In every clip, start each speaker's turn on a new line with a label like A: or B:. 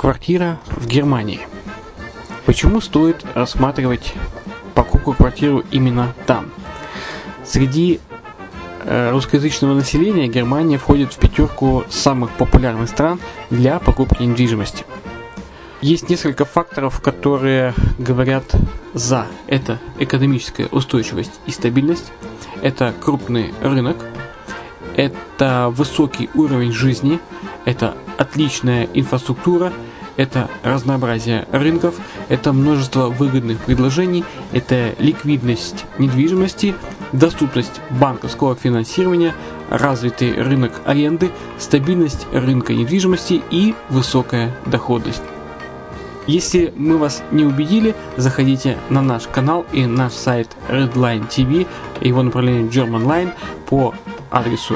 A: Квартира в Германии. Почему стоит рассматривать покупку квартиры именно там? Среди русскоязычного населения Германия входит в пятерку самых популярных стран для покупки недвижимости. Есть несколько факторов, которые говорят за. Это экономическая устойчивость и стабильность, это крупный рынок, это высокий уровень жизни, это отличная инфраструктура, это разнообразие рынков, это множество выгодных предложений, это ликвидность недвижимости, доступность банковского финансирования, развитый рынок аренды, стабильность рынка недвижимости и высокая доходность. Если мы вас не убедили, заходите на наш канал и наш сайт Redline TV, его направление German Line по адресу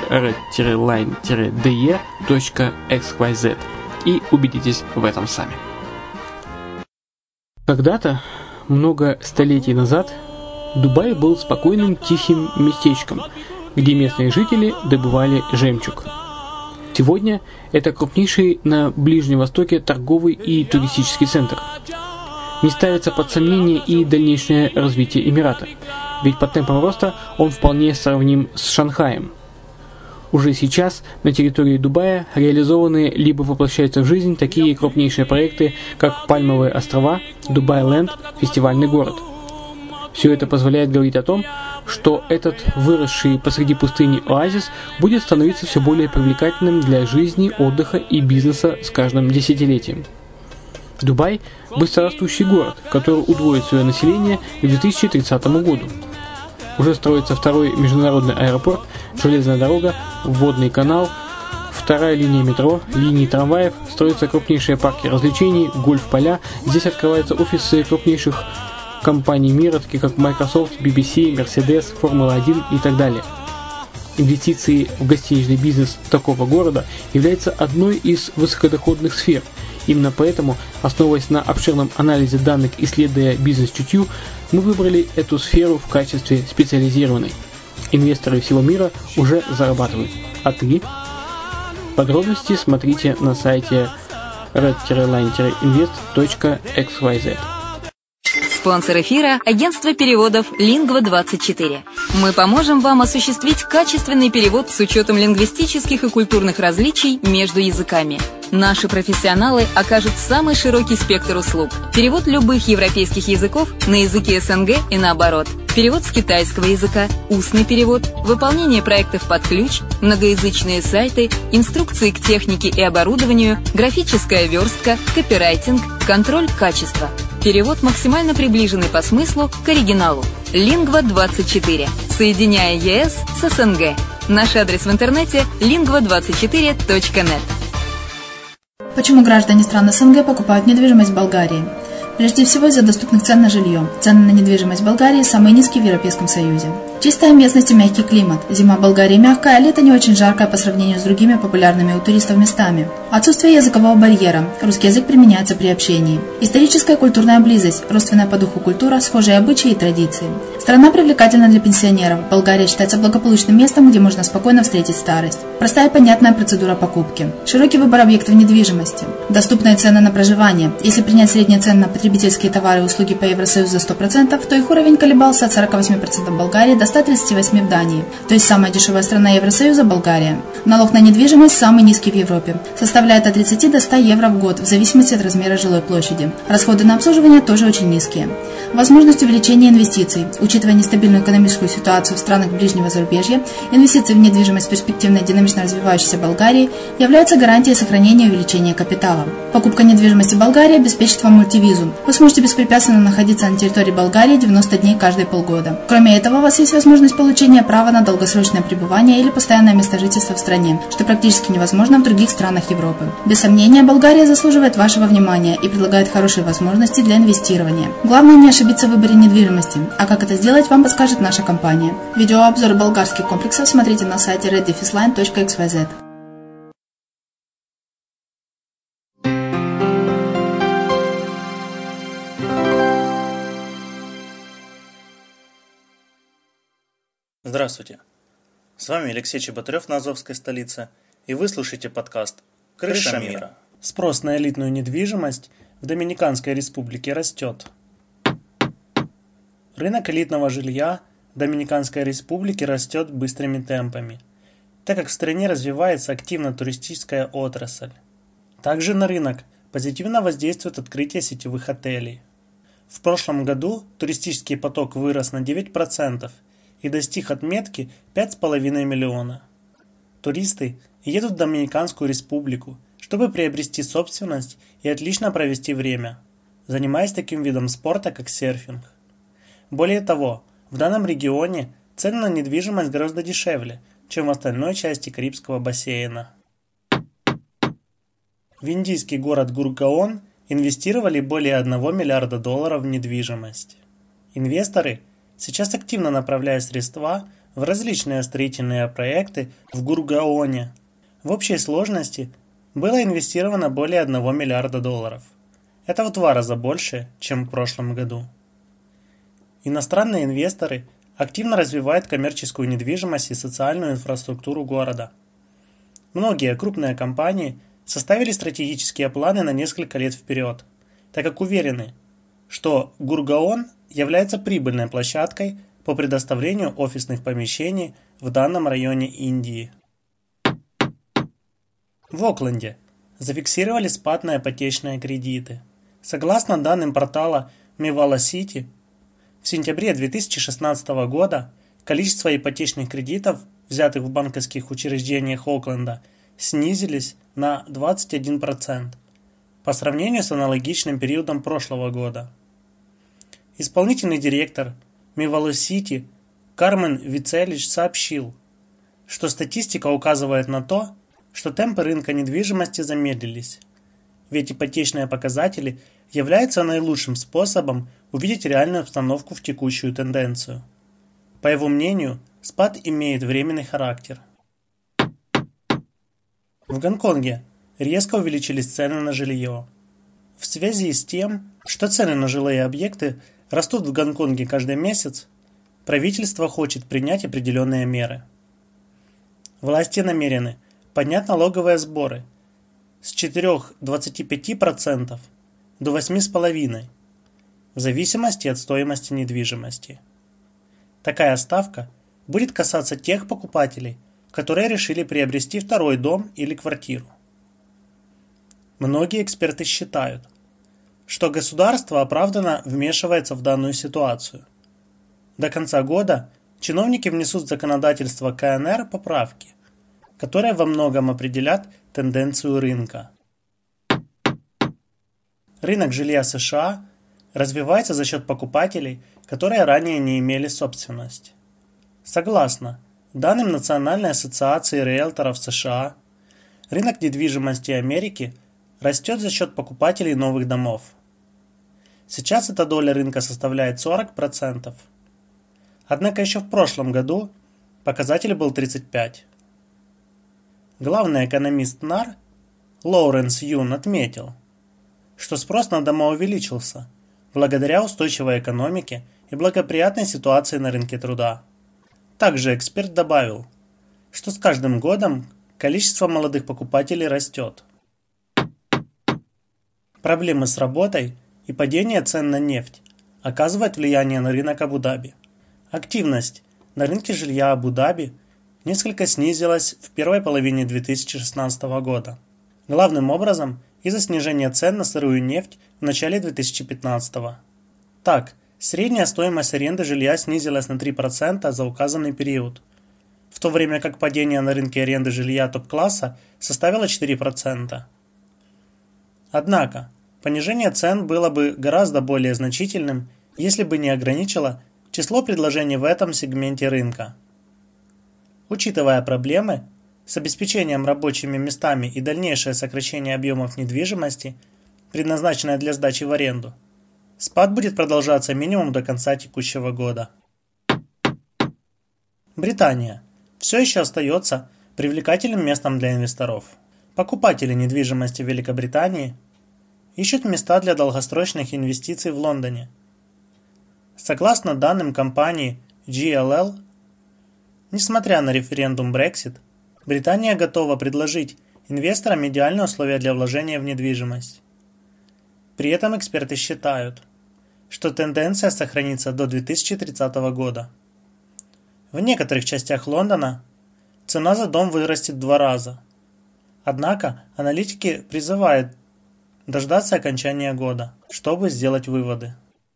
A: red-line-de.xyz и убедитесь в этом сами. Когда-то, много столетий назад, Дубай был спокойным тихим местечком, где местные жители добывали жемчуг. Сегодня это крупнейший на Ближнем Востоке торговый и туристический центр. Не ставится под сомнение и дальнейшее развитие Эмирата, ведь по темпам роста он вполне сравним с Шанхаем. Уже сейчас на территории Дубая реализованы либо воплощаются в жизнь такие крупнейшие проекты, как Пальмовые острова, Дубай-Ленд, фестивальный город. Все это позволяет говорить о том, что этот выросший посреди пустыни оазис будет становиться все более привлекательным для жизни, отдыха и бизнеса с каждым десятилетием. Дубай – быстрорастущий город, который удвоит свое население к 2030 году. Уже строится второй международный аэропорт, железная дорога, водный канал, вторая линия метро, линии трамваев, строятся крупнейшие парки развлечений, гольф-поля. Здесь открываются офисы крупнейших компаний мира, таких как Microsoft, BBC, Mercedes, Формула-1 и так далее. Инвестиции в гостиничный бизнес такого города являются одной из высокодоходных сфер. Именно поэтому, основываясь на обширном анализе данных, исследуя бизнес-чутью, мы выбрали эту сферу в качестве специализированной. Инвесторы всего мира уже зарабатывают. А ты? Подробности смотрите на сайте red-line-invest.xyz.
B: Спонсор эфира – агентство переводов Lingva24. Мы поможем вам осуществить качественный перевод с учетом лингвистических и культурных различий между языками. Наши профессионалы окажут самый широкий спектр услуг. Перевод любых европейских языков на языки СНГ и наоборот. Перевод с китайского языка, устный перевод, выполнение проектов под ключ, многоязычные сайты, инструкции к технике и оборудованию, графическая верстка, копирайтинг, контроль качества. Перевод максимально приближенный по смыслу к оригиналу. Lingva24. Соединяя ЕС с СНГ. Наш адрес в интернете lingva24.net.
C: Почему граждане стран СНГ покупают недвижимость в Болгарии? Прежде всего из-за доступных цен на жилье. Цены на недвижимость в Болгарии самые низкие в Европейском Союзе. Чистая местность и мягкий климат. Зима в Болгарии мягкая, а лето не очень жаркое по сравнению с другими популярными у туристов местами. Отсутствие языкового барьера. Русский язык применяется при общении. Историческая и культурная близость. Родственная по духу культура, схожие обычаи и традиции. Страна привлекательна для пенсионеров. Болгария считается благополучным местом, где можно спокойно встретить старость. Простая и понятная процедура покупки. Широкий выбор объектов недвижимости. Доступные цены на проживание. Если принять средние цены на потребительские товары и услуги по Евросоюзу за 100%, то их уровень колебался от 48% в Болгарии до 138% в Дании. То есть самая дешевая страна Евросоюза – Болгария. Налог на недвижимость самый низкий в Европе. Составляет от 30 до 100 евро в год, в зависимости от размера жилой площади. Расходы на обслуживание тоже очень низкие. Возможность увеличения инвестиций. Учитывая нестабильную экономическую ситуацию в странах ближнего зарубежья, инвестиции в недвижимость в перспективной динамично развивающейся Болгарии являются гарантией сохранения и увеличения капитала. Покупка недвижимости в Болгарии обеспечит вам мультивизу. Вы сможете беспрепятственно находиться на территории Болгарии 90 дней каждые полгода. Кроме этого, у вас есть возможность получения права на долгосрочное пребывание или постоянное место жительства в стране, что практически невозможно в других странах Европы. Без сомнения, Болгария заслуживает вашего внимания и предлагает хорошие возможности для инвестирования. Главное не ошибиться в выборе недвижимости, а как это сделать, вам подскажет наша компания. Видеообзор болгарских комплексов смотрите на сайте red-line.xyz.
D: Здравствуйте, с вами Алексей Чеботарев на Азовской столице, и вы слушаете подкаст «Крыша мира». Спрос на элитную недвижимость в Доминиканской республике растет. Рынок элитного жилья в Доминиканской республике растет быстрыми темпами, так как в стране развивается активно туристическая отрасль. Также на рынок позитивно воздействует открытие сетевых отелей. В прошлом году туристический поток вырос на 9% и достиг отметки 5,5 миллиона. Туристы едут в Доминиканскую республику, чтобы приобрести собственность и отлично провести время, занимаясь таким видом спорта, как серфинг. Более того, в данном регионе цены на недвижимость гораздо дешевле, чем в остальной части Карибского бассейна. В индийский город Гургаон инвестировали более $1 миллиарда в недвижимость. Инвесторы сейчас активно направляют средства в различные строительные проекты в Гургаоне. В общей сложности было инвестировано более $1 миллиарда. Это в 2 раза больше, чем в прошлом году. Иностранные инвесторы активно развивают коммерческую недвижимость и социальную инфраструктуру города. Многие крупные компании составили стратегические планы на несколько лет вперед, так как уверены, что Гургаон является прибыльной площадкой по предоставлению офисных помещений в данном районе Индии. В Окленде зафиксировали спад на ипотечные кредиты. Согласно данным портала Mivalla City, в сентябре 2016 года количество ипотечных кредитов, взятых в банковских учреждениях Окленда, снизились на 21% по сравнению с аналогичным периодом прошлого года. Исполнительный директор Mivalla City Кармен Вицелич сообщил, что статистика указывает на то, что темпы рынка недвижимости замедлились, ведь ипотечные показатели являются наилучшим способом увидеть реальную обстановку в текущую тенденцию. По его мнению, спад имеет временный характер. В Гонконге резко увеличились цены на жилье. В связи с тем, что цены на жилые объекты растут в Гонконге каждый месяц, правительство хочет принять определенные меры. Власти намерены поднять налоговые сборы с 4,25% до 8,5%, в зависимости от стоимости недвижимости. Такая ставка будет касаться тех покупателей, которые решили приобрести второй дом или квартиру. Многие эксперты считают, что государство оправданно вмешивается в данную ситуацию. До конца года чиновники внесут в законодательство КНР поправки, которые во многом определят тенденцию рынка. Рынок жилья США развивается за счет покупателей, которые ранее не имели собственность. Согласно данным Национальной ассоциации риэлторов США, рынок недвижимости Америки растет за счет покупателей новых домов. Сейчас эта доля рынка составляет 40%. Однако еще в прошлом году показатель был 35%. Главный экономист НАР Лоуренс Юн отметил, что спрос на дома увеличился благодаря устойчивой экономике и благоприятной ситуации на рынке труда. Также эксперт добавил, что с каждым годом количество молодых покупателей растет. Проблемы с работой и падение цен на нефть оказывают влияние на рынок Абу-Даби. Активность на рынке жилья Абу-Даби несколько снизилась в первой половине 2016 года. Главным образом из-за снижения цен на сырую нефть в начале 2015. Так, средняя стоимость аренды жилья снизилась на 3% за указанный период, в то время как падение на рынке аренды жилья топ-класса составило 4%. Однако, понижение цен было бы гораздо более значительным, если бы не ограничило число предложений в этом сегменте рынка. Учитывая проблемы с обеспечением рабочими местами и дальнейшее сокращение объемов недвижимости, предназначенной для сдачи в аренду, спад будет продолжаться минимум до конца текущего года. Британия все еще остается привлекательным местом для инвесторов. Покупатели недвижимости в Великобритании ищут места для долгосрочных инвестиций в Лондоне. Согласно данным компании GLL, несмотря на референдум Brexit, Британия готова предложить инвесторам идеальные условия для вложения в недвижимость. При этом эксперты считают, что тенденция сохранится до 2030 года. В некоторых частях Лондона цена за дом вырастет в 2 раза. Однако аналитики призывают дождаться окончания года, чтобы сделать выводы.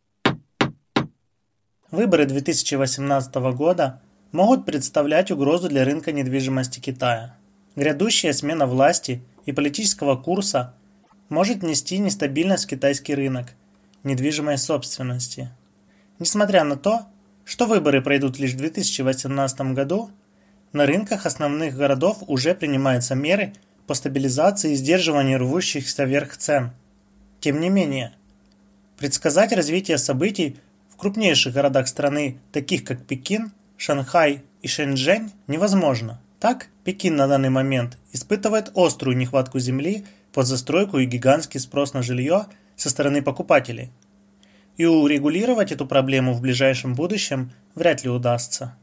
D: Выборы 2018 года могут представлять угрозу для рынка недвижимости Китая. Грядущая смена власти и политического курса может внести нестабильность в китайский рынок недвижимой собственности. Несмотря на то, что выборы пройдут лишь в 2018 году, на рынках основных городов уже принимаются меры по стабилизации и сдерживанию рвущихся вверх цен. Тем не менее, предсказать развитие событий в крупнейших городах страны, таких как Пекин, Шанхай и Шэньчжэнь, невозможно. Так, Пекин на данный момент испытывает острую нехватку земли под застройку и гигантский спрос на жилье со стороны покупателей. И урегулировать эту проблему в ближайшем будущем вряд ли удастся.